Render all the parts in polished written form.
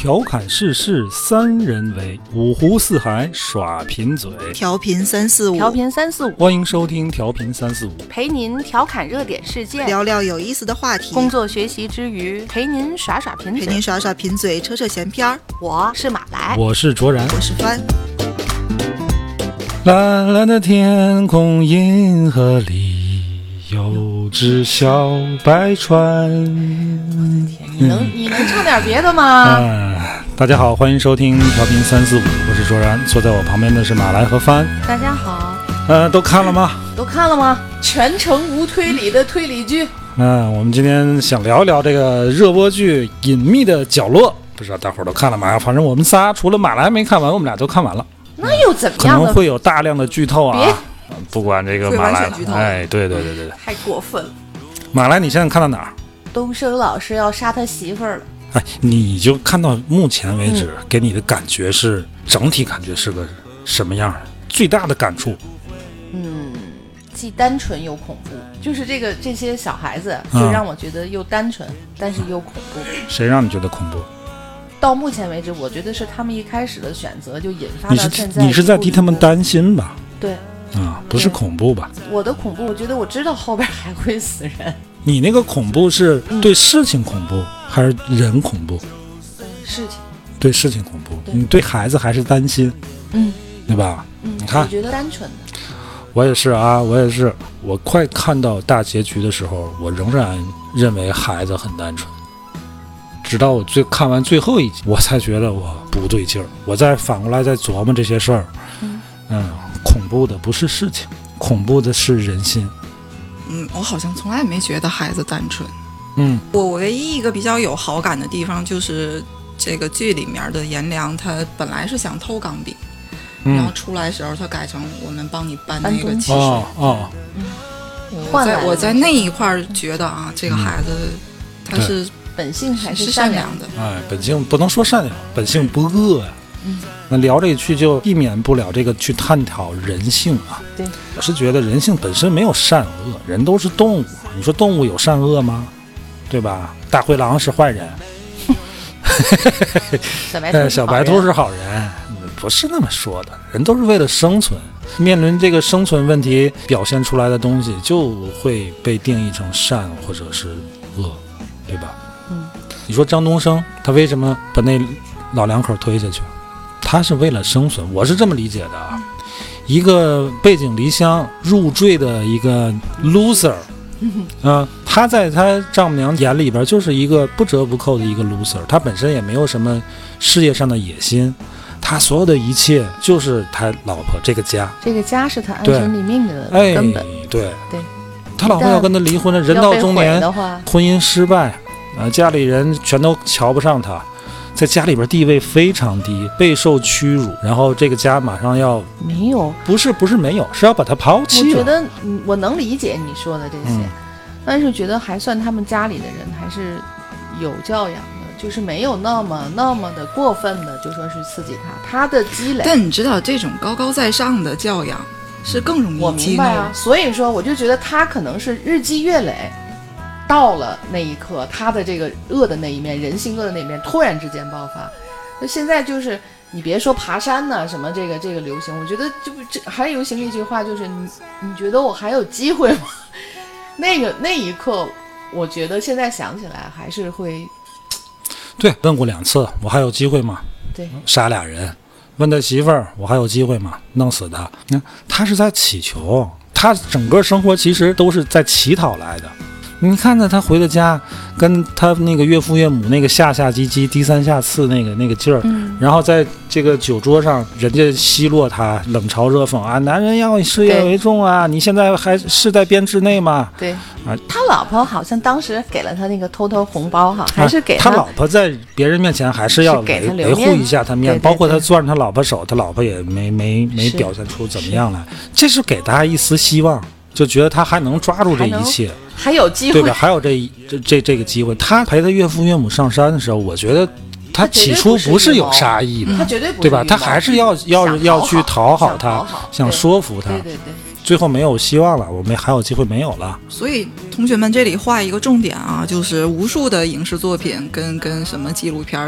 调侃世事三人为，五湖四海耍贫嘴。 调频345， 调频345， 欢迎收听调频345， 陪您调侃热点事件， 聊聊有意思的话题， 工作学习之余陪您耍耍贫嘴， 陪您耍耍贫嘴，扯扯闲篇儿。 我是马来， 我是卓然， 我是帆。 蓝蓝的天空，银河里有只小白船。 你能唱点别的吗？ 大家好，欢迎收听调频345，我是卓然，坐在我旁边的是马来和帆。 大家好。 都看了吗？ 都看了吗？全程无推理的推理剧。 我们今天想聊一聊这个热播剧《隐秘的角落》，不知道大伙儿都看了吗？反正我们仨除了马来没看完，我们俩都看完了。 那又怎么样？ 可能会有大量的剧透啊！不管这个马来了，哎，对， 太过分了。 马来，你现在看到哪儿？ 东升老师要杀他媳妇儿了。 哎，你就看到目前为止，给你的感觉是整体感觉是个什么样？最大的感触？ 既单纯又恐怖，就是这些小孩子就让我觉得又单纯，但是又恐怖。 谁让你觉得恐怖？ 到目前为止，我觉得是他们一开始的选择就引发到现在。 你是在替他们担心吧？ 对。 不是恐怖吧？ 我的恐怖，我觉得我知道后边还会死人。 你那个恐怖是对事情恐怖，还是人恐怖？ 事情。 对事情恐怖，你对孩子还是担心？对吧？你看， 我觉得单纯的。 我也是啊，我快看到大结局的时候，我仍然认为孩子很单纯，直到我看完最后一集，我才觉得我不对劲儿，我再反过来再琢磨这些事儿。恐怖的不是事情，恐怖的是人心。 我好像从来没觉得孩子单纯。我唯一一个比较有好感的地方就是这个剧里面的颜良，他本来是想偷钢笔。然后出来的时候，他改成我们帮你搬那个汽水。我在那一块觉得啊，这个孩子他是本性还是善良的。 本性不能说善良，本性不恶呀。那聊这一句就避免不了这个去探讨人性啊。 对， 我是觉得人性本身没有善恶，人都是动物。你说动物有善恶吗？对吧？大灰狼是坏人，小白兔是好人。不是那么说的，人都是为了生存，面临这个生存问题，表现出来的东西就会被定义成善或者是恶，对吧？你说张东升他为什么把那老两口推下去？他是为了生存，我是这么理解的啊。一个背井离乡入赘的一个 loser，他在他丈母娘眼里边就是一个不折不扣的一个 loser， 他本身也没有什么事业上的野心。他所有的一切就是他老婆这个家，这个家是他安身立命的根本。 对，他老婆要跟他离婚了，人到中年，婚姻失败，家里人全都瞧不上他，在家里边地位非常低，备受屈辱，然后这个家马上要没有， 不是没有，是要把他抛弃了。 我觉得我能理解你说的这些，但是觉得还算他们家里的人还是有教养。就是没有那么的过分的，就说是刺激他的积累。 但你知道，这种高高在上的教养是更容易激怒。 我明白啊，所以说我就觉得他可能是日积月累，到了那一刻，他的这个恶的那一面，人性恶的那一面，突然之间爆发。那现在就是你别说爬山呢，什么这个流行，我觉得还流行一句话，就是你觉得我还有机会吗？那一刻，我觉得现在想起来还是会。 对，问过2次，我还有机会吗？ 对， 杀俩人。问他媳妇儿，我还有机会吗？弄死他。他是在祈求，他整个生活其实都是在乞讨来的。你看他回了家，跟他那个岳父岳母那个下唧唧、低三下四那个劲儿，然后在这个酒桌上，人家奚落他，冷嘲热讽啊，男人要以事业为重啊，你现在还是在编制内吗？ 对啊，他老婆好像当时给了他那个偷红包哈，还是给他老婆在别人面前还是要维护一下他面，包括他攥着他老婆手，他老婆也没表现出怎么样来，这是给大家一丝希望。就觉得他还能抓住这一切， 还有机会， 对吧？还有这个机会。他陪他岳父岳母上山的时候，我觉得他起初不是有杀意的， 他绝对不是， 对吧？他还是要去讨好他，想说服他。 对。 最后没有希望了，我们还有机会没有了。 所以同学们这里画一个重点啊，就是无数的影视作品跟什么纪录片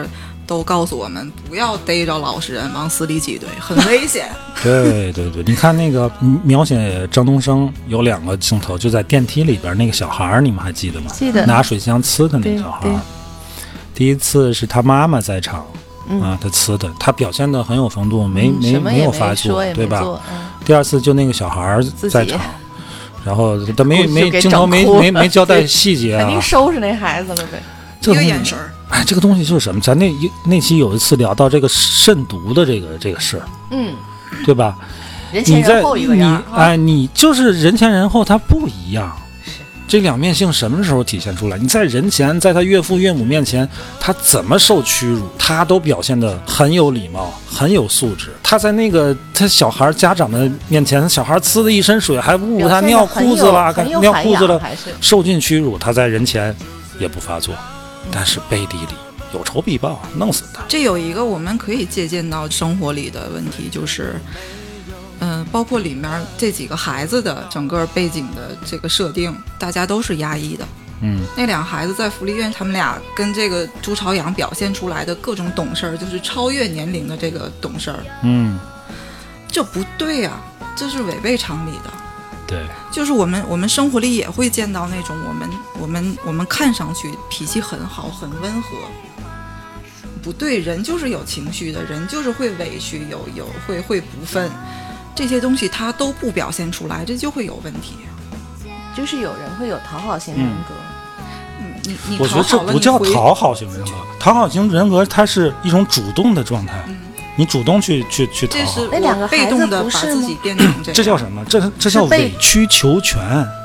都告诉我们不要逮着老实人往死里挤兑，很危险。 对对对，你看那个描写张东升有2个镜头，就在电梯里边那个小孩，你们还记得吗？ 记得。 拿水枪呲他那个小孩。第一次是他妈妈在场。他呲的，他表现得很有风度，没有发作，对吧？第二次就那个小孩在场，然后他没镜头没交代细节啊， 肯定收拾那孩子了呗。 一个眼神。 哎，这个东西就是什么？咱那期有一次聊到这个慎独的这个事儿，对吧？ 人前人后一个样。 你就是人前人后，他不一样。这两面性什么时候体现出来？你在人前，在他岳父岳母面前，他怎么受屈辱，他都表现得很有礼貌，很有素质。他在那个他小孩家长的面前，小孩呲的一身水，还误他尿裤子了，尿裤子了，受尽屈辱。他在人前也不发作，但是背地里有仇必报，弄死他。 这有一个我们可以借鉴到生活里的问题，就是包括里面这几个孩子的整个背景的这个设定，大家都是压抑的。那2个孩子在福利院，他们俩跟这个朱朝阳表现出来的各种懂事儿，就是超越年龄的这个懂事儿。这不对啊，这是违背常理的。 对， 就是我们生活里也会见到那种我们看上去脾气很好、很温和。不对，人就是有情绪的，人就是会委屈，会不忿。这些东西他都不表现出来，这就会有问题。 就是有人会有讨好型人格。 你我觉得这不叫讨好型人格，讨好型人格它是一种主动的状态，你主动去讨好。 那2个被动的把自己变成这样， 这叫什么？这叫委曲求全。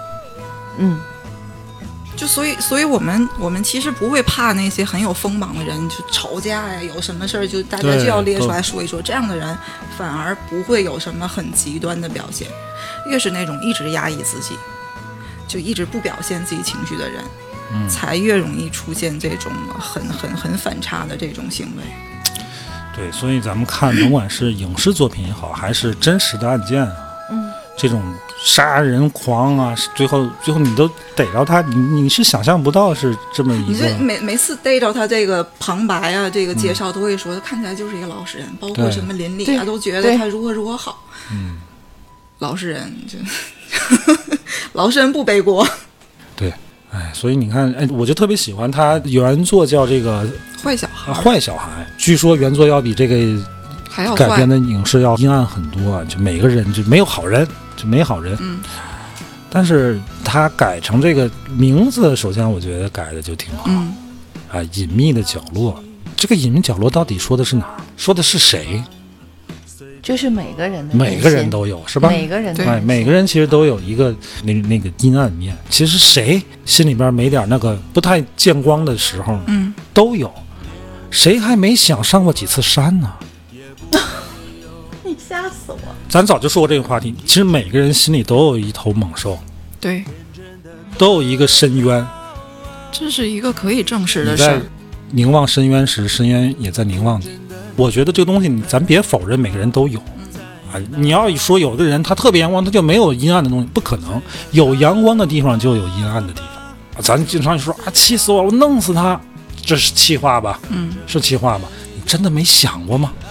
就所以我们其实不会怕那些很有锋芒的人，就吵架呀，有什么事儿就大家就要列出来说一说，这样的人反而不会有什么很极端的表现。越是那种一直压抑自己，就一直不表现自己情绪的人，才越容易出现这种很反差的这种行为。 对，所以咱们看，甭管是影视作品也好，还是真实的案件，这种杀人狂啊，最后你都逮着他，你是想象不到是这么一个。 你每次逮着他这个旁白啊，这个介绍都会说，他看起来就是一个老实人，包括什么邻里啊，都觉得他如何好。老实人就老实人不背锅。对， 所以你看，我就特别喜欢他原作叫这个坏小孩。 坏小孩，据说原作要比这个还要改编的影视要阴暗很多，就每个人就没有好人，就没好人。但是他改成这个名字，首先我觉得改的就挺好。隐秘的角落，这个隐秘角落到底说的是哪儿？说的是谁？ 就是每个人的， 每个人都有，是吧？ 每个人对，每个人其实都有一个那个阴暗面。其实谁心里边没点那个不太见光的时候，都有。谁还没想上过几次山呢？ 你吓死我！ 咱早就说过这个话题，其实每个人心里都有一头猛兽， 对， 都有一个深渊。 这是一个可以正视的事儿。 你在凝望深渊时，深渊也在凝望你。我觉得这个东西，咱别否认每个人都有啊。你要说有的人他特别阳光，他就没有阴暗的东西，不可能。有阳光的地方就有阴暗的地方。咱经常说啊，气死我了，我弄死他，这是气话吧？是气话吧？你真的没想过吗？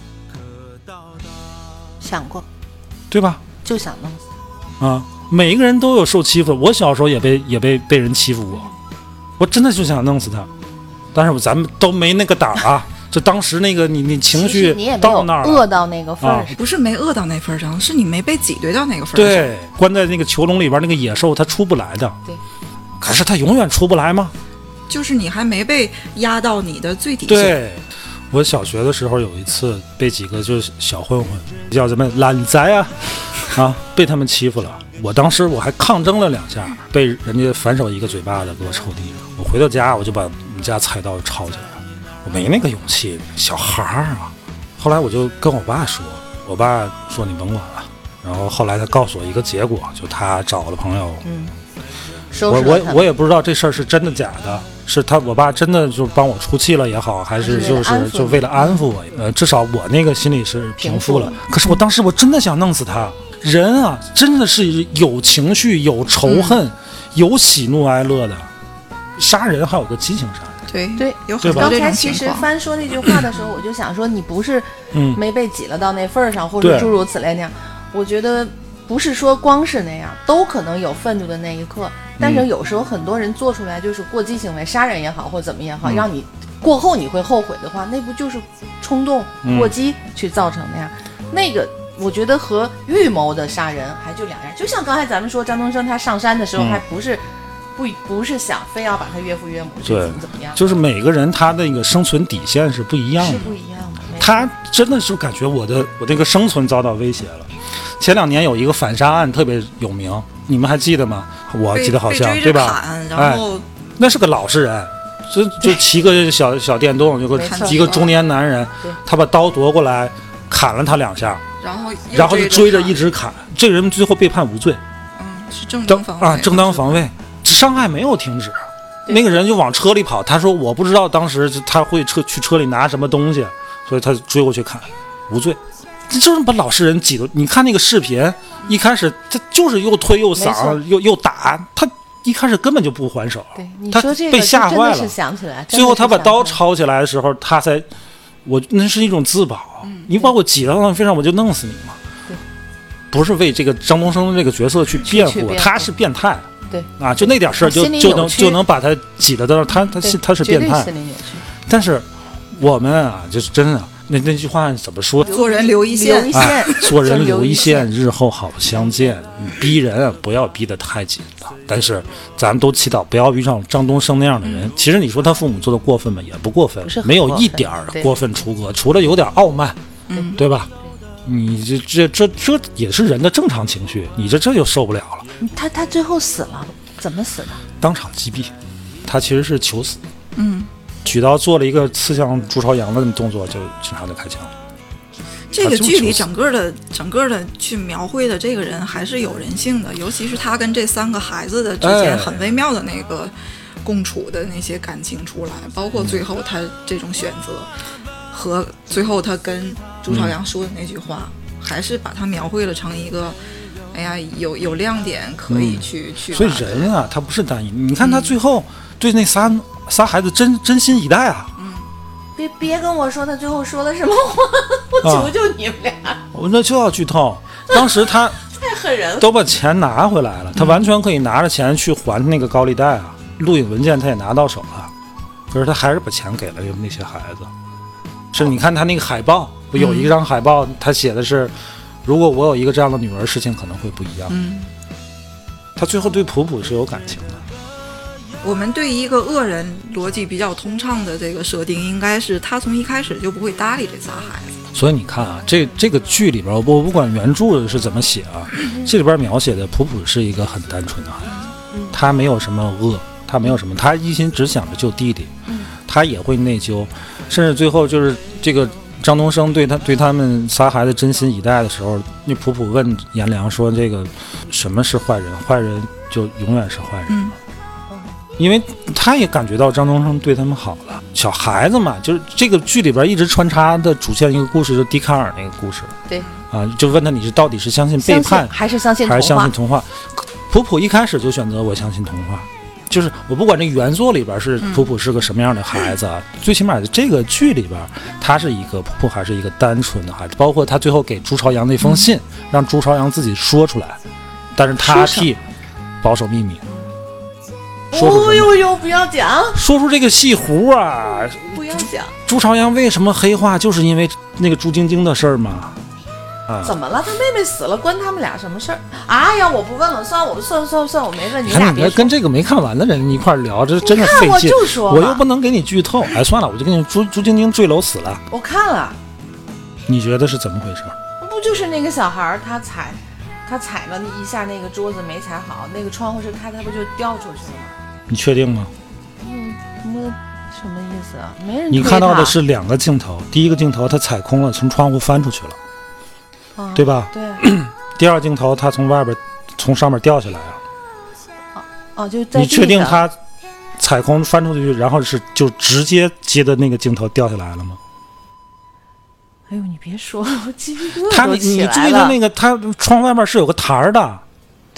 想过， 对吧？ 就想弄死啊！每一个人都有受欺负，我小时候也被人欺负过，我真的就想弄死他，但是咱们都没那个胆啊。就当时那个你情绪到那儿饿到那个份儿上， 不是没饿到那份上，是你没被挤兑到那个份上。对，关在那个囚笼里边那个野兽它出不来的。 对， 可是它永远出不来吗？ 就是你还没被压到你的最底线。 对，我小学的时候有一次被几个就是小混混叫什么懒宅啊被他们欺负了。我当时我还抗争了2下，被人家反手一个嘴巴子给我抽地上。我回到家我就把我们家菜刀抄起来了。我没那个勇气，小孩啊。后来我就跟我爸说，我爸说你甭管了。然后后来他告诉我一个结果，就他找了朋友，我也不知道这事儿是真的假的，是我爸真的就帮我出气了也好，还是就为了安抚我，至少我那个心里是平复了。可是我当时我真的想弄死他。人啊，真的是有情绪、有仇恨、有喜怒哀乐的。杀人还有个激情杀人。 对对， 有很多这刚才其种情况。 实帆说那句话的时候，我就想说，你不是没被挤了到那份儿上，或者对诸如此类那样。我觉得不是说光是那样，都可能有愤怒的那一刻，但是有时候很多人做出来就是过激行为，杀人也好或怎么也好，让你过后你会后悔的话，那不就是冲动过激去造成那样？那个我觉得和预谋的杀人还就两样。就像刚才咱们说张东升他上山的时候，还不是想非要把他岳父岳母去怎么样， 就是每个人他的那个生存底线是不一样的， 是不一样的。 他真的是感觉我那个生存遭到威胁了。前2年有一个反杀案特别有名，你们还记得吗？我记得好像对吧？ 然后、 那是个老实人，就骑个小电动，有个一个中年男人，他把刀夺过来砍了他2下，然后就追着一直砍，这个人最后被判无罪。 是正当防卫正当防卫，伤害没有停止。那个人就往车里跑，他说我不知道当时他会去车里拿什么东西，所以他追过去砍，无罪。就是把老实人挤的，你看那个视频，一开始他就是又推又搡又打，他一开始根本就不还手，他被吓坏了。最后他把刀抄起来的时候，他才，那是一种自保。你把我挤到那飞上，我就弄死你嘛。不是为这个张东升这个角色去辩护，他是变态。 对啊，就那点事儿就能把他挤得到他是变态。但是我们啊，就是真的。那句话怎么说？ 做人留一线， 做人留一线，日后好相见。逼人啊，不要逼得太紧了。但是咱们都祈祷不要遇上张东升那样的人。其实你说他父母做的过分吗？也不过分，没有一点过分出格，除了有点傲慢，对吧？你这也是人的正常情绪，你这就受不了了。 他最后死了，怎么死的？ 当场击毙，他其实是求死。举刀做了一个刺向朱朝阳的动作，就警察就开枪了。 这个剧里整个的去描绘的这个人还是有人性的，尤其是他跟这3个孩子的之间很微妙的那个共处的那些感情出来，包括最后他这种选择和最后他跟朱朝阳说的那句话，还是把他描绘了成一个，哎呀，有亮点可以去。 所以人啊，他不是单一。你看他最后对那仨孩子真心以待啊！ 别跟我说他最后说了什么话，我求求你们俩！ 我那就要剧透。当时他太狠人了， 都把钱拿回来了，他完全可以拿着钱去还那个高利贷啊，录影文件他也拿到手了，可是他还是把钱给了那些孩子。是你看他那个海报，有一张海报，他写的是，如果我有一个这样的女儿，事情可能会不一样。他最后对普普是有感情的。 我们对一个恶人逻辑比较通畅的这个设定，应该是他从一开始就不会搭理这仨孩子。 所以你看啊，这个剧里边，我不管原著是怎么写啊，这里边描写的普普是一个很单纯的孩子，他没有什么恶，他没有什么，他一心只想着救弟弟，他也会内疚，甚至最后就是这个张东升对他们仨孩子真心以待的时候，那普普问颜良说：“这个什么是坏人？坏人就永远是坏人吗？”因为他也感觉到张东升对他们好了。小孩子嘛，就是这个剧里边一直穿插的主线一个故事，就是笛卡尔那个故事。 对啊，就问他你是到底是相信背叛还是相信童话？普普一开始就选择我相信童话。就是我不管这原作里边是普普是个什么样的孩子啊，最起码这个剧里边他是一个普普还是一个单纯的孩子，包括他最后给朱朝阳那封信，让朱朝阳自己说出来，但是他替保守秘密。 不要讲， 说出这个戏胡啊！ 不要讲。 朱朝阳为什么黑化，就是因为那个朱晶晶的事儿嘛。 怎么了？他妹妹死了，关他们俩什么事儿？哎呀，我不问了，算我没问你俩。 你跟这个没看完的人一块聊，这真是费劲。我又不能给你剧透。哎，算了，我就跟你朱晶晶坠楼死了。 我看了。 你觉得是怎么回事？ 不就是那个小孩他踩了一下那个桌子没踩好，那个窗户是开，他不就掉出去了吗？ 你确定吗？ 什么意思啊？没人。 你看到的是2个镜头，第一个镜头他踩空了，从窗户翻出去了，对吧？ 对。 第二镜头他从上面掉下来了。 就在地上。 你确定他踩空翻出去，然后就直接接的那个镜头掉下来了吗？ 哎呦，你别说了，我鸡皮疙瘩都起来了。 你注意到那个他窗外面是有个台的。 对。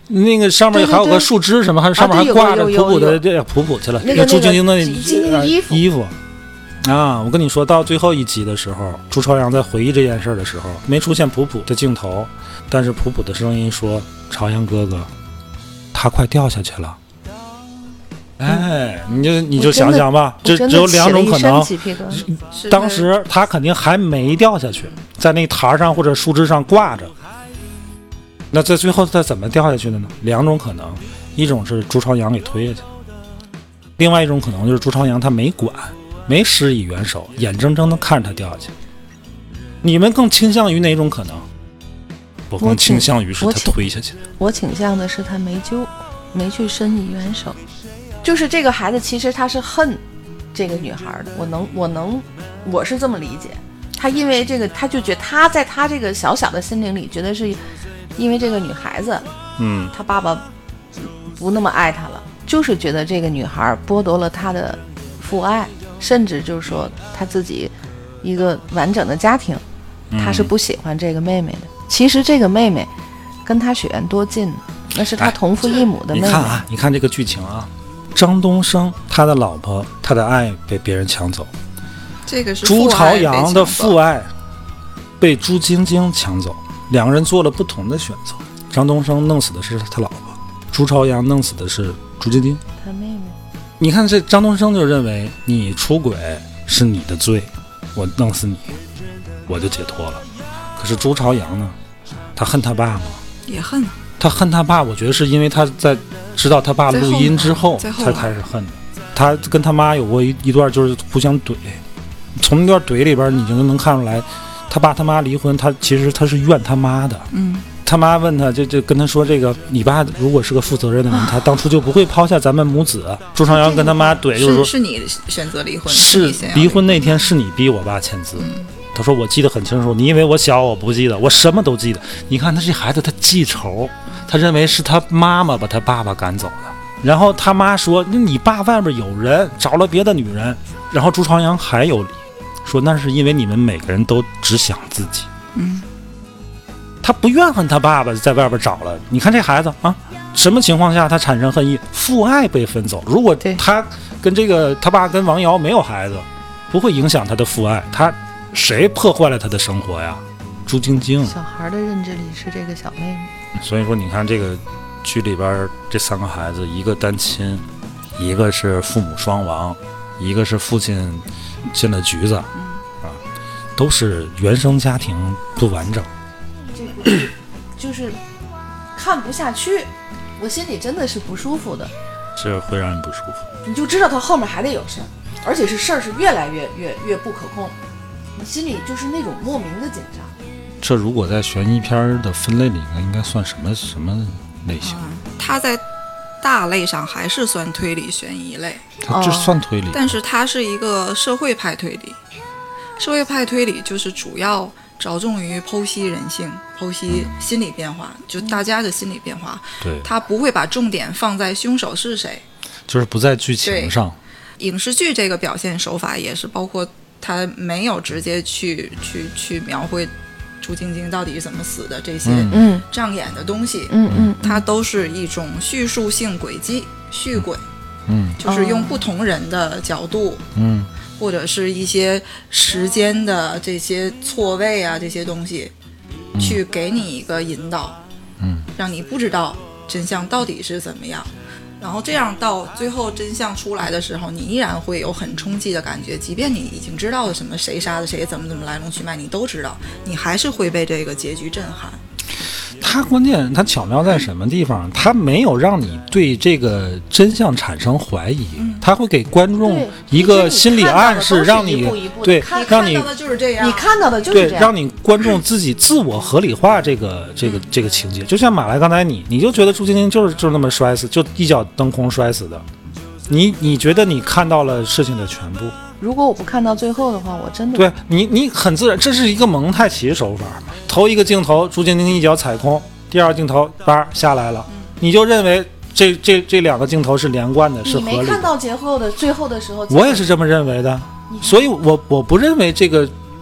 那个上面还有个树枝什么，还上面还挂着普普的这普普去了， 那个朱晶晶的衣服啊！我跟你说到最后一集的时候，朱朝阳在回忆这件事的时候，没出现普普的镜头，但是普普的声音说：“朝阳哥哥，他快掉下去了。”哎，你就想想吧，这只有两种可能。当时他肯定还没掉下去，在那台上或者树枝上挂着。那在最后他怎么掉下去的呢？两种可能，一种是朱朝阳给推下去，另外一种可能就是朱朝阳他没管，没施以援手，眼睁睁地看着他掉下去。你们更倾向于哪种可能？我更倾向于是他推下去的。 我倾向的是他没救，没去伸以援手。就是这个孩子其实他是恨这个女孩的，我是这么理解。他因为这个，他就觉得他在他这个小小的心灵里，觉得是因为这个女孩子，他爸爸不那么爱他了，就是觉得这个女孩剥夺了他的父爱，甚至就是说他自己一个完整的家庭，他是不喜欢这个妹妹的。其实这个妹妹跟他血缘多近，那是他同父异母的妹妹。 你看啊，你看这个剧情啊。张东升他的老婆，他的爱被别人抢走， 这个是朱朝阳的父爱被朱晶晶抢走，两个人做了不同的选择。张东升弄死的是他老婆，朱朝阳弄死的是朱晶晶他妹妹。 你看这张东升就认为你出轨是你的罪，我弄死你我就解脱了。可是朱朝阳呢，他恨他爸吗？ 也恨。 他恨他爸，我觉得是因为他在知道他爸录音之后才开始恨的。他跟他妈有过一段就是互相怼，从那段怼里边你就能看出来，他爸他妈离婚，他其实他是怨他妈的。他妈问他就跟他说，这个你爸如果是个负责任的人，他当初就不会抛下咱们母子。朱朝阳跟他妈怼就是说， 是你选择离婚， 是离婚那天是你逼我爸签字。他说我记得很清楚，你以为我小我不记得，我什么都记得。你看他这孩子他记仇，他认为是他妈妈把他爸爸赶走的。然后他妈说你爸外边有人找了别的女人，然后朱朝阳还有理说那是因为你们每个人都只想自己。他不怨恨他爸爸在外边找了。你看这孩子啊，什么情况下他产生恨意？父爱被分走。如果他跟这个他爸跟王瑶没有孩子，不会影响他的父爱。他谁破坏了他的生活呀？朱晶晶。 小孩的认知里是这个小妹妹。 所以说你看这个剧里边这三个孩子，一个单亲，一个是父母双亡，一个是父亲进了局子，都是原生家庭不完整。 这就是看不下去，我心里真的是不舒服的， 是会让人不舒服。 你就知道他后面还得有事儿，而且是事儿是越来越不可控，你心里就是那种莫名的紧张。 这如果在悬疑片的分类里面，应该算什么类型？ 它在大类上还是算推理悬疑类， 它这算推理， 但是它是一个社会派推理。社会派推理就是主要着重于剖析人性，剖析心理变化，就大家的心理变化。 对， 它不会把重点放在凶手是谁， 就是不在剧情上。 影视剧这个表现手法也是，包括它没有直接去描绘朱晶晶到底是怎么死的这些障眼的东西，它都是一种叙述性轨迹，叙轨，就是用不同人的角度，或者是一些时间的这些错位啊，这些东西，去给你一个引导，让你不知道真相到底是怎么样。然后这样到最后真相出来的时候，你依然会有很冲击的感觉，即便你已经知道了什么谁杀的谁，怎么来龙去脉，你都知道，你还是会被这个结局震撼。 他关键他巧妙在什么地方？他没有让你对这个真相产生怀疑，他会给观众一个心理暗示，让你对让你看到的就是这样， 你看到的就是这样， 对，让你观众自己自我合理化这个情节。就像马来刚才你就觉得朱晶晶就是那么摔死，就一脚蹬空摔死的，你觉得你看到了事情的全部。 如果我不看到最后的话，我真的对你很自然，这是一个蒙太奇手法。头一个镜头朱晶晶一脚踩空，第二镜头叭下来了，你就认为这两个镜头是连贯的，是合理的。 你没看到最后的时候， 我也是这么认为的。所以我不认为这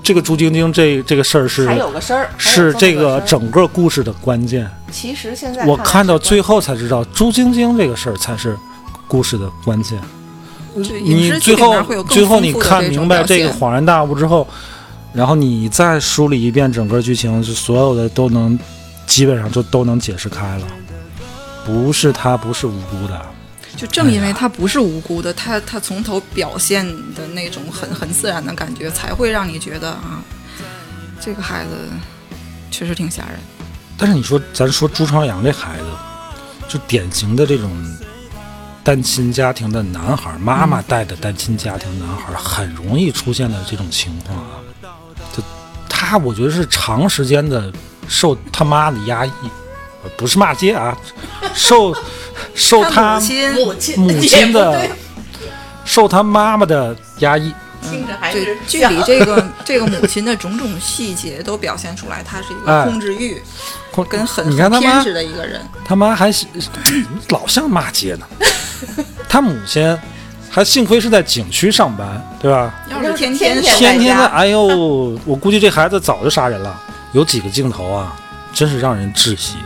这个朱晶晶这个事儿还有个事儿， 是这个整个故事的关键。 其实现在我看到最后才知道，朱晶晶这个事儿才是故事的关键。你最后你看明白这个恍然大悟之后，然后你再梳理一遍整个剧情，就所有的都能基本上就都能解释开了。他不是无辜的， 就正因为他不是无辜的，他从头表现的那种很自然的感觉，才会让你觉得啊，这个孩子确实挺吓人。 但是你说咱说朱朝阳这孩子，就典型的这种单亲家庭的男孩，妈妈带的单亲家庭男孩，很容易出现的这种情况啊。就他，我觉得是长时间的受他妈的压抑，不是骂街啊，受他母亲的，受他妈妈的压抑。 对，剧里这个母亲的种种细节都表现出来，她是一个控制欲跟很偏执的一个人。 他妈还老像骂街呢。他母亲还幸亏是在景区上班，对吧？ 要是天天的，哎呦，我估计这孩子早就杀人了。有几个镜头啊，真是让人窒息。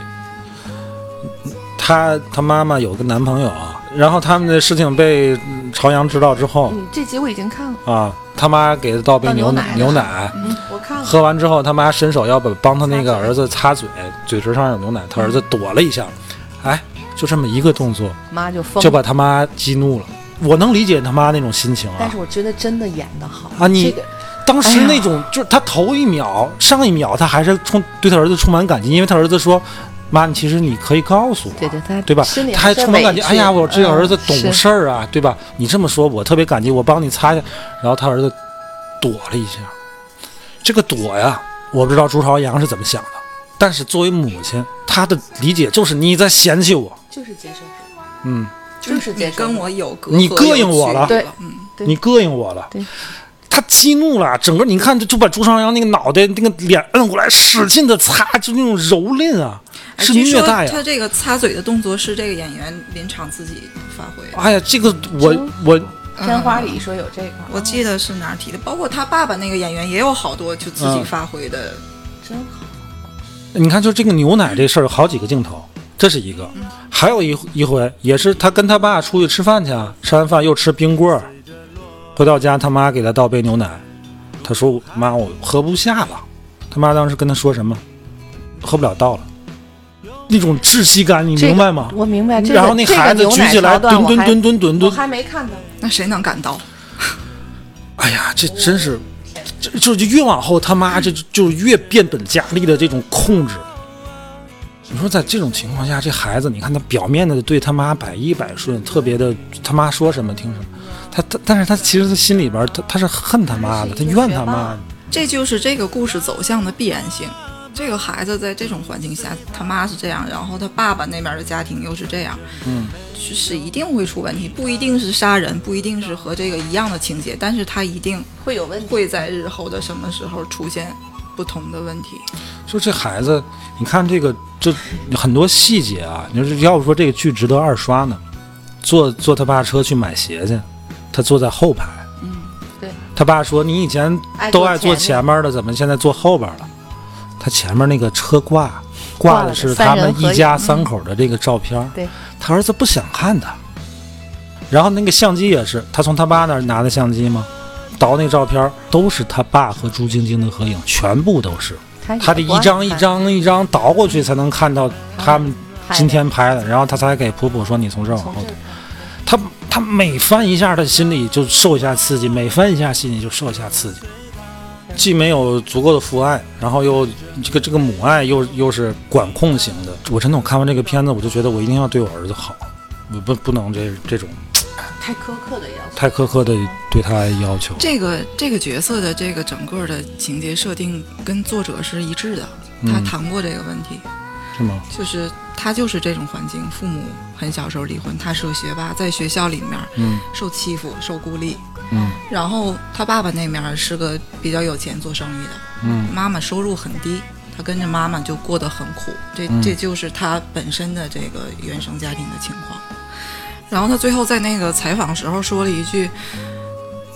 他妈妈有个男朋友，然后他们的事情被朝阳知道之后， 这集我已经看了啊。他妈给他倒杯牛奶， 我看了。 喝完之后，他妈伸手要帮他那个儿子擦嘴，嘴唇上有牛奶，他儿子躲了一下，哎，就这么一个动作， 妈就把他妈激怒了。我能理解他妈那种心情啊， 但是我觉得真的演得好啊！你当时那种就是他头一秒、上一秒，他还是对他儿子充满感激，因为他儿子说。妈，其实你可以告诉我，对吧？他还充满感激。哎呀，我这个儿子懂事儿啊，对吧？你这么说，我特别感激，我帮你擦一下。然后他儿子躲了一下，这个躲呀，我不知道朱朝阳是怎么想的。但是作为母亲，她的理解就是你在嫌弃我， 就是接受就是接受跟我有隔阂， 你膈应我了， 对， 你膈应我了， 对。 他激怒了，整个你看就把朱朝阳那个脑袋那个脸摁过来，使劲的擦，就那种蹂躏啊，是虐待啊。 他这个擦嘴的动作是这个演员临场自己发挥。 哎呀，这个我天花里说有这个， 我记得是哪儿提的，包括他爸爸那个演员也有好多就自己发挥的， 真好。 你看，就这个牛奶这事儿，好几个镜头，这是一个，还有一回也是他跟他爸出去吃饭去啊，吃完饭又吃冰棍儿。回到家，他妈给他倒杯牛奶，他说：“妈，我喝不下了。”他妈当时跟他说什么？喝不了倒了，那种窒息感，你明白吗？ 我明白。 然后那孩子举起来，蹲， 我还没看到。 那谁能感到？ 哎呀，这真是，就越往后，他妈就越变本加厉的这种控制。你说在这种情况下，这孩子，你看他表面的对他妈百依百顺，特别的，他妈说什么听什么。但是他其实他心里边他是恨他妈的，他怨他妈的。 这就是这个故事走向的必然性。这个孩子在这种环境下，他妈是这样，然后他爸爸那边的家庭又是这样，是一定会出问题，不一定是杀人，不一定是和这个一样的情节，但是他一定会有问题， 会在日后的什么时候出现不同的问题。 就这孩子，你看这个就很多细节啊，你说要不说这个剧值得2刷呢？坐他爸车去买鞋去。他坐在后排， 对。 他爸说：“你以前都爱坐前面的，怎么现在坐后边了？”他前面那个车挂的是他们一家3口的这个照片， 对。 他儿子不想看他，然后那个相机也是他从他爸那儿拿的相机吗？倒那照片都是他爸和朱晶晶的合影，全部都是。他得一张一张倒过去才能看到他们今天拍的，然后他才给普普说：“你从这儿往后倒。”他每翻一下，他心里就受一下刺激；每翻一下，心里就受一下刺激。既没有足够的父爱，然后又这个母爱又是管控型的。我真的，我看完这个片子，我就觉得我一定要对我儿子好，我不能这种太苛刻的要求， 太苛刻的对他要求。 这个角色的这个整个的情节设定跟作者是一致的，他谈过这个问题。 是吗？ 就是他就是这种环境，父母很小时候离婚，他是个学霸，在学校里面受欺负受孤立，然后他爸爸那面是个比较有钱做生意的，妈妈收入很低，他跟着妈妈就过得很苦，这就是他本身的这个原生家庭的情况。然后他最后在那个采访时候说了一句，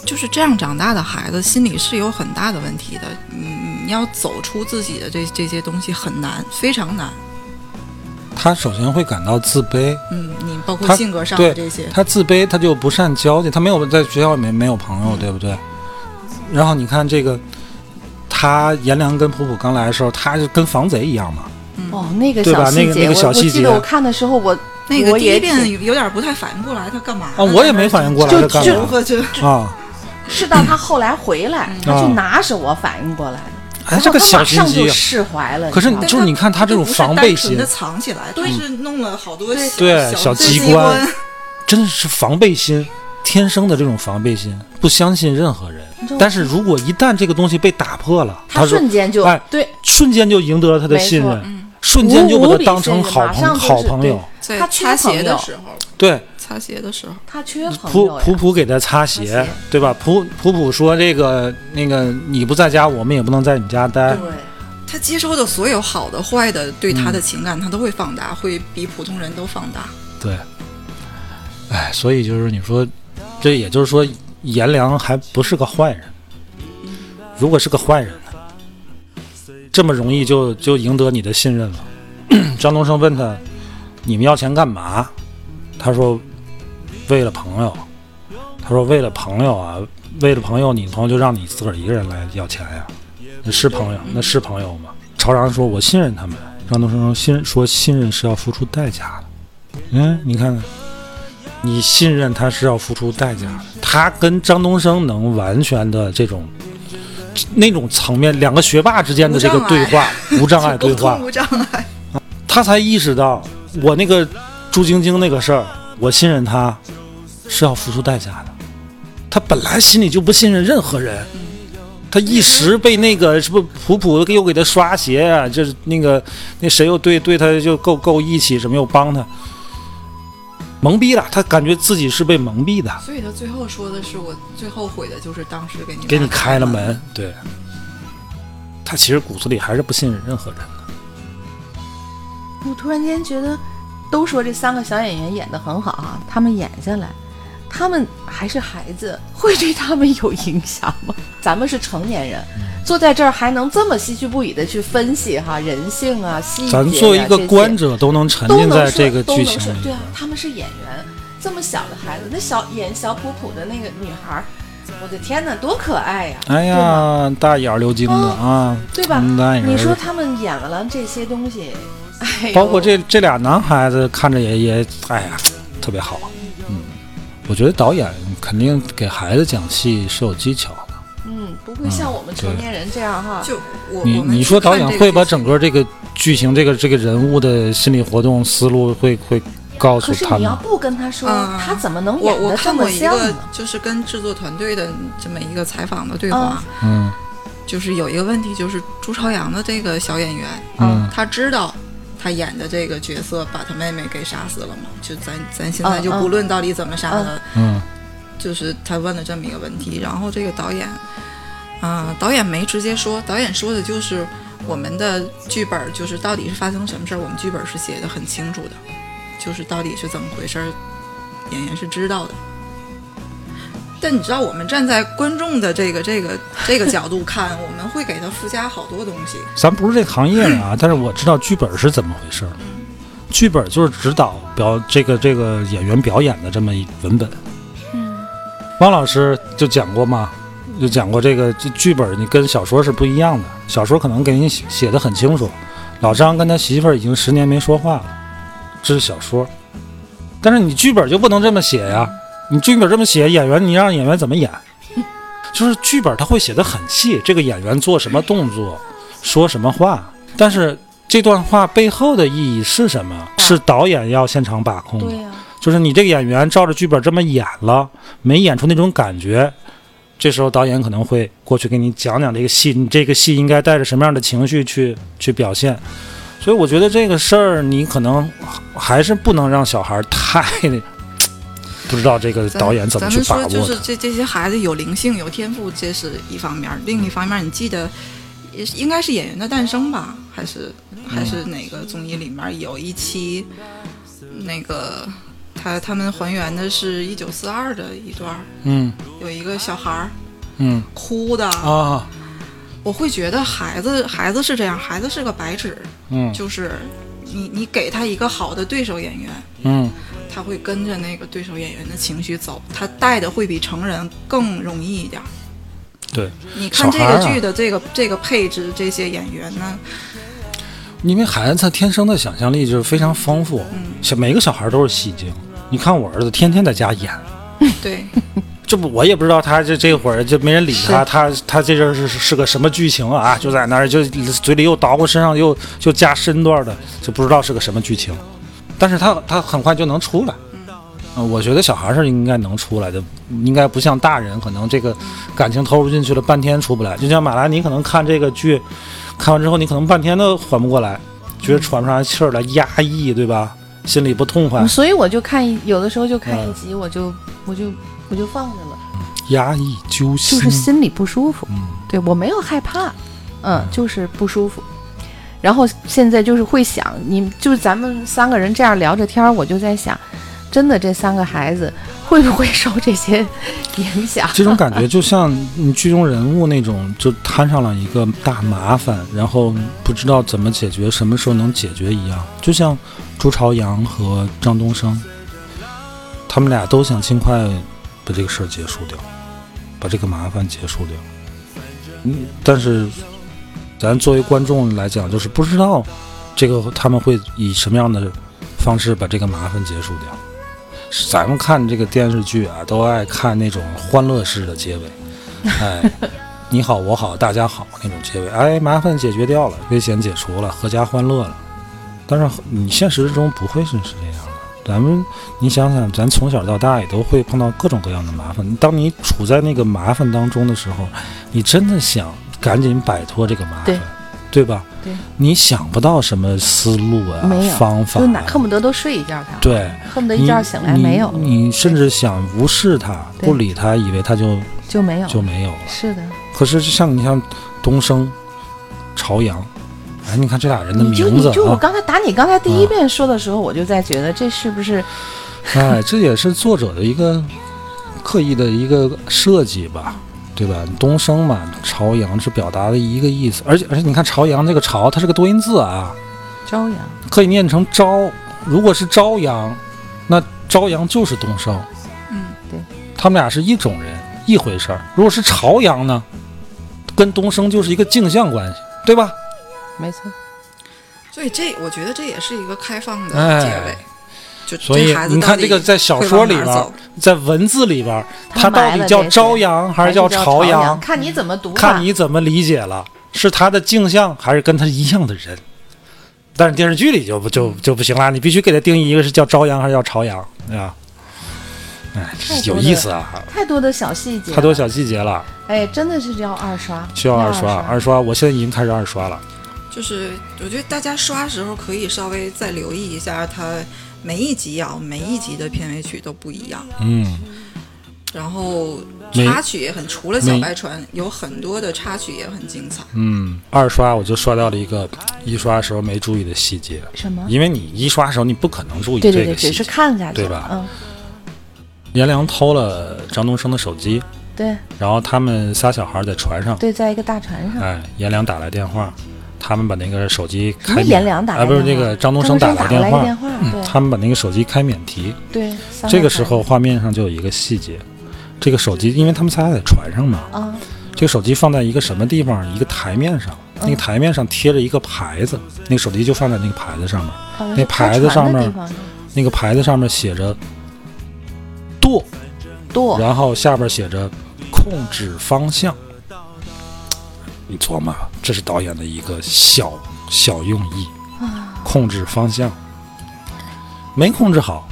就是这样长大的孩子心里是有很大的问题的。你要走出自己的这些东西很难，非常难。 他首先会感到自卑， 你包括性格上的这些， 他自卑，他就不善交际，他没有在学校里面没有朋友，对不对？然后你看这个，他颜良跟普普刚来的时候，他就跟防贼一样嘛。 那个小细节， 那个小细节， 我记得我看的时候， 那个第一遍有点不太反应过来，他干嘛啊？我也没反应过来他干嘛啊。 是到他后来回来，他去拿时我反应过来的。 哎，这个小心机就释怀了。 可是就是你看他这种防备心， 的藏起来，他是弄了好多小机关，真的是防备心，天生的这种防备心，不相信任何人。但是如果一旦这个东西被打破了， 他瞬间就瞬间就赢得了他的信任，瞬间就把他当成好朋友。 他擦鞋的时候， 对。 擦鞋的时候， 他缺朋友。 普普给他擦鞋，对吧？普普说那个你不在家，我们也不能在你家待。 对， 他接收的所有好的、坏的，对他的情感，他都会放大，会比普通人都放大。 对，哎，所以就是你说，这也就是说，颜良还不是个坏人。如果是个坏人，这么容易就赢得你的信任了。张东升问他：“你们要钱干嘛？”他说。为了朋友，他说为了朋友啊，为了朋友，你朋友就让你自个儿一个人来要钱呀？那是朋友，那是朋友吗？朝阳说：“我信任他们。”张东升说：“信任是要付出代价的。”你看，你信任他是要付出代价的。他跟张东升能完全的这种那种层面，两个学霸之间的这个对话，无障碍对话， 无障碍， 他才意识到我那个朱晶晶那个事儿，我信任他。是要付出代价的，他本来心里就不信任任何人，他一时被那个是不普普又给他刷鞋啊，就是那谁又对他就够义气，什么又帮他，蒙蔽了，他感觉自己是被蒙蔽的， 所以他最后说的是我最后悔的就是当时给你开了门，对，他其实骨子里还是不信任任何人的。 我突然间觉得，都说这3个小演员演得很好啊，他们演下来。他们还是孩子，会对他们有影响吗？咱们是成年人，坐在这儿还能这么唏嘘不已的去分析人性啊、细节啊， 咱作为一个观者都能沉浸在这个剧情里。 对啊，他们是演员，这么小的孩子，那演小普普的那个女孩，我的天哪，多可爱呀！ 哎呀，大眼溜晶的啊， 对吧？你说他们演完了这些东西， 包括这俩男孩子看着也哎呀，特别好。我觉得导演肯定给孩子讲戏是有技巧的， 不会像我们成年人这样哈。 就你说导演会把整个这个剧情这个人物的心理活动思路会告诉他们。 可是你要不跟他说，他怎么能演得这么像呢？ 我看过一个就是跟制作团队的这么一个采访的对话，就是有一个问题，就是朱朝阳的这个小演员，他知道。他演的这个角色把他妹妹给杀死了吗？就咱现在就不论到底怎么杀的，就是他问了这么一个问题，然后这个导演没直接说，导演说的就是我们的剧本就是到底是发生什么事儿，我们剧本是写的很清楚的，就是到底是怎么回事，演员是知道的。但你知道，我们站在观众的这个角度看，我们会给他附加好多东西。 咱不是这个行业的啊，但是我知道剧本是怎么回事。剧本就是指导这个演员表演的这么一文本。汪老师就讲过嘛，就讲过这剧本你跟小说是不一样的，小说可能给你写得很清楚。老张跟他媳妇儿已经10年没说话了，这是小说，但是你剧本就不能这么写呀。你剧本这么写，你让演员怎么演？就是剧本他会写得很细，这个演员做什么动作，说什么话，但是这段话背后的意义是什么？是导演要现场把控的。 对呀， 就是你这个演员照着剧本这么演了，没演出那种感觉，这时候导演可能会过去给你讲这个戏，你这个戏应该带着什么样的情绪去表现。所以我觉得这个事儿你可能还是不能让小孩太不知道这个导演怎么去把握的。 咱们说就是这些孩子有灵性有天赋，这是一方面，另一方面你记得应该是《演员的诞生》吧，还是哪个综艺里面有一期那个他们还原的是1942的一段，有一个小孩哭的啊，我会觉得孩子是这样，孩子是个白纸，就是你给他一个好的对手演员，他会跟着那个对手演员的情绪走，他带的会比成人更容易一点。 对， 你看这个剧的这个配置，这些演员呢， 因为孩子他天生的想象力就是非常丰富，每个小孩都是戏精。你看我儿子天天在家演， 对， 这不我也不知道他这会儿就没人理他，他这阵是个什么剧情啊？就在那儿就嘴里又捣鼓，身上又加身段的，就不知道是个什么剧情。但是他很快就能出来。我觉得小孩是应该能出来的，应该不像大人可能这个感情投入进去了半天出不来。就像马拉，你可能看这个剧，看完之后你可能半天都缓不过来，觉得喘不上来气儿来，压抑，对吧？心里不痛快。 所以我就看有的时候就看一集，我就放着了。 压抑揪心， 就是心里不舒服。对，我没有害怕，就是不舒服。然后现在就是会想，就是咱们3个人这样聊着天，我就在想。真的，这3个孩子会不会受这些影响？ 这种感觉就像你剧中人物那种，就摊上了一个大麻烦，然后不知道怎么解决，什么时候能解决一样。就像朱朝阳和张东升，他们俩都想尽快把这个事儿结束掉，把这个麻烦结束掉。但是咱作为观众来讲，就是不知道这个他们会以什么样的方式把这个麻烦结束掉。咱们看这个电视剧啊，都爱看那种欢乐式的结尾，你好我好大家好那种结尾，麻烦解决掉了，危险解除了，阖家欢乐了。但是你现实中不会是这样的。你想想，咱从小到大也都会碰到各种各样的麻烦。当你处在那个麻烦当中的时候，你真的想赶紧摆脱这个麻烦，对吧？ 对， 你想不到什么思路啊，没有方法， 就恨不得都睡一觉他。 对， 恨不得一觉醒来没有。 你甚至想无视他，不理他，以为他就没有了。 是的。 可是你像东升、朝阳，你看这俩人的名字， 我刚才打你刚才第一遍说的时候，我就在觉得这是不是？ 这也是作者的一个刻意的一个设计吧。对吧？东升嘛，朝阳是表达的一个意思，而且你看朝阳这个朝，它是个多音字啊， 朝阳可以念成朝。如果是朝阳，那朝阳就是东升， 对， 他们俩是一种人，一回事儿。如果是朝阳呢，跟东升就是一个镜像关系，对吧？ 没错。 所以我觉得这也是一个开放的结尾。 所以你看这个在小说里边，在文字里边，它到底叫朝阳还是叫朝阳？ 看你怎么读， 看你怎么理解了，是他的镜像还是跟他一样的人？但是电视剧里就不行了，你必须给他定义一个是叫朝阳还是叫朝阳，对吧？有意思啊！ 太多的小细节， 太多小细节了。 真的是要二刷， 需要二刷。我现在已经开始二刷了。 就是我觉得大家刷的时候可以稍微再留意一下它。每一集的片尾曲都不一样，然后插曲也很，除了小白船，有很多的插曲也很精彩。 二刷我就刷到了一个一刷的时候没注意的细节。 什么？ 因为你一刷的时候你不可能注意这个细节， 只是看下去， 对吧？颜良偷了张东升的手机， 对， 然后他们仨小孩在船上， 对，在一个大船上， 颜良打来电话。他们把那个手机开颜良打来不是那个张东升打来电话，他们把那个手机开免提。 对， 这个时候画面上就有一个细节，这个手机因为他们仨在船上嘛，这个手机放在一个什么地方？一个台面上，那个台面上贴着一个牌子，那个手机就放在那个牌子上面，那牌子上面，那个牌子上面写着舵，然后下边写着控制方向。你琢磨，这是导演的一个小用意，控制方向没控制好，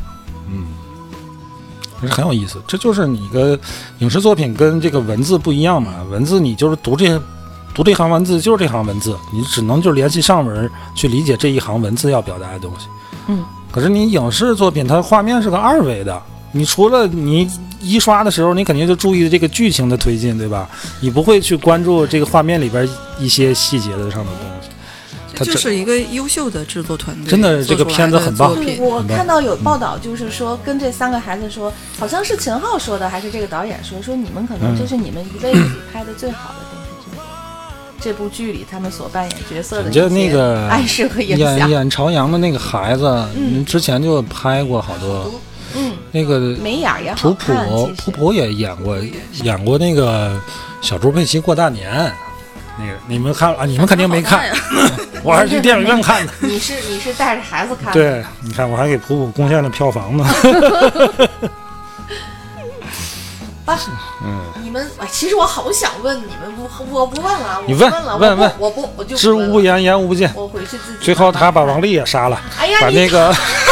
很有意思。这就是你个影视作品跟这个文字不一样嘛，文字你就是读这行文字就是这行文字，你只能就联系上文去理解这一行文字要表达的东西。可是你影视作品它画面是个二维的，你除了你一刷的时候，你肯定就注意这个剧情的推进，对吧？你不会去关注这个画面里边一些细节的上的东西。 它就是一个优秀的制作团队， 真的这个片子很棒。 我看到有报道，就是说跟这3个孩子说，好像是秦昊说的，还是这个导演说你们可能这是你们一辈子里拍的最好的电视剧。这部剧里他们所扮演角色的一些暗示和影响。 演朝阳的那个孩子，之前就拍过好多。那个眉眼也好看， 普普也演过那个小猪佩奇过大年。那个你们看啊？你们肯定没看，我还是去电影院看的。 你是带着孩子看的？ 对，你看我还给普普贡献了票房呢。 你们其实我好想问你们，我不问了， 你问， 我就知无不言，言无不尽。 我回去自己。 最后他把王丽也杀了， 哎呀， 把那个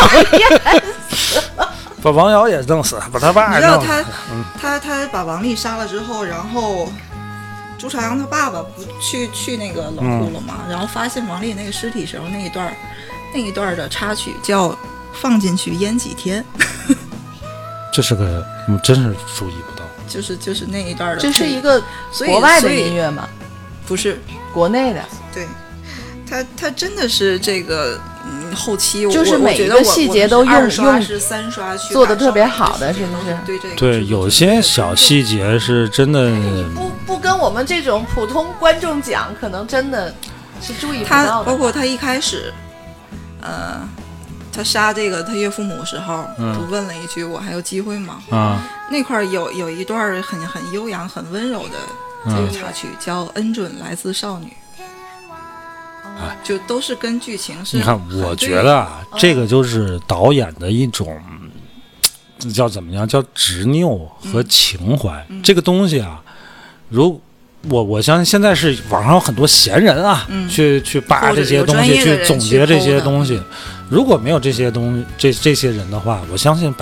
把王瑶也弄死，把他爸也弄死。 他把王丽杀了之后，然后朱朝阳他爸爸不去那个冷库了嘛，然后发现王丽那个尸体时候那一段的插曲叫放进去腌几天。 这是个真是注意不到， 就是那一段的。 这是一个国外的音乐吗？ 不是， 国内的。 对，他真的是这个后期就是每一个细节都用是3刷去做的特别好的，是不是？ 对这个对，有些小细节是真的。 不跟我们这种普通观众讲，可能真的是注意不到的。 他包括他一开始，他杀这个他岳父母的时候，不问了一句我还有机会吗？那块有一段很悠扬很温柔的这个插曲，叫恩准来自少女。就都是跟剧情是。 你看，我觉得啊，这个就是导演的一种叫怎么样，叫执拗和情怀。这个东西啊，我相信现在是网上有很多闲人啊，去扒这些东西，去总结这些东西。如果没有这些这些人的话，我相信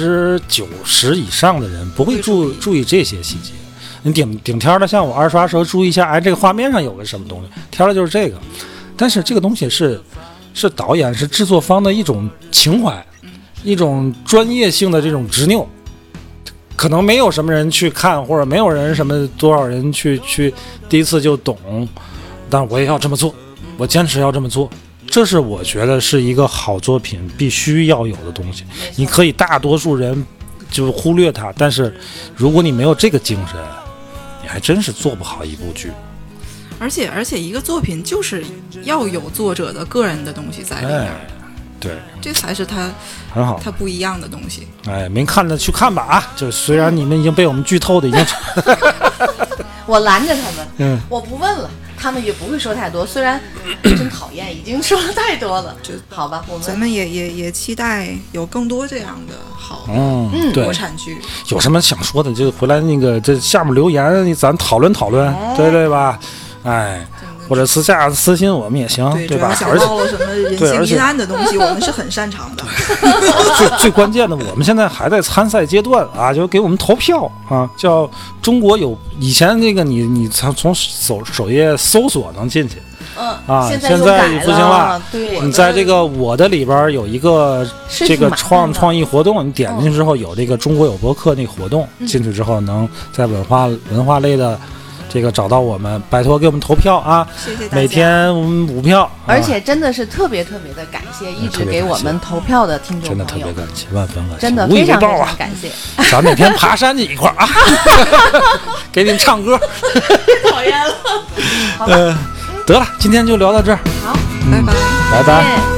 90%以上的人不会注意这些细节。你顶天的，像我2刷时候注意一下，这个画面上有个什么东西，挑的就是这个。但是这个东西是导演是制作方的一种情怀，一种专业性的这种执拗。可能没有什么人去看，或者没有人多少人去第一次就懂，但我也要这么做，我坚持要这么做。这是我觉得是一个好作品必须要有的东西。你可以大多数人就忽略它，但是如果你没有这个精神，你还真是做不好一部剧。 而且一个作品就是要有作者的个人的东西在里面。 对， 这才是他很好， 他不一样的东西。 没看的去看吧啊！就虽然你们已经被我们剧透的已经， 我拦着他们，我不问了，他们也不会说太多。虽然真讨厌，已经说了太多了，好吧， 咱们也期待有更多这样的好国产剧。 有什么想说的，就回来那个这下面留言，咱讨论讨论，对吧？或者私信我们也行，对吧？ 想到了什么人性阴暗的东西，我们是很擅长的。 最关键的，我们现在还在参赛阶段啊，就给我们投票啊，叫中国有以前那个你从首页搜索能进去，现在不行了。对，你在这个我的里边有一个这个创意活动，你点进去之后有这个中国有播客那个活动，进去之后能在文化类的。这个找到我们，拜托给我们投票啊！ 谢谢大家。 每天我们5票， 而且真的是特别的感谢一直给我们投票的听众朋友， 真的特别感谢，万分感谢， 真的非常感谢。 咱哪天爬山去一块啊，给你们唱歌。 讨厌了。 得了，今天就聊到这儿。 好， 拜拜， 拜拜。